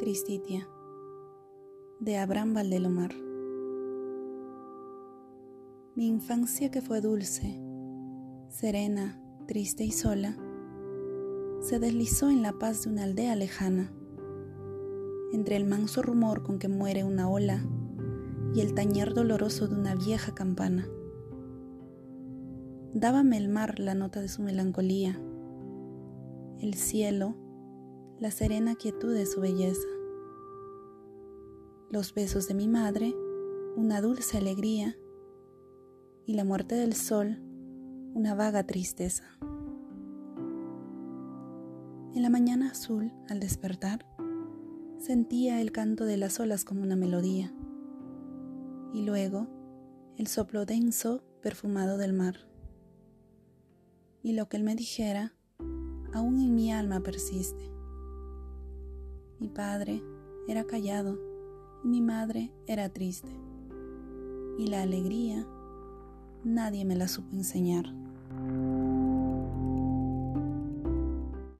Tristitia, de Abraham Valdelomar. Mi infancia, que fue dulce, serena, triste y sola, se deslizó en la paz de una aldea lejana, entre el manso rumor con que muere una ola y el tañer doloroso de una vieja campana. Dábame el mar la nota de su melancolía, el cielo la serena quietud de su belleza, los besos de mi madre una dulce alegría y la muerte del sol una vaga tristeza. En la mañana azul, al despertar, sentía el canto de las olas como una melodía, y luego el soplo denso, perfumado del mar. Y lo que él me dijera, aún en mi alma persiste. Mi padre era callado y mi madre era triste, y la alegría nadie me la supo enseñar.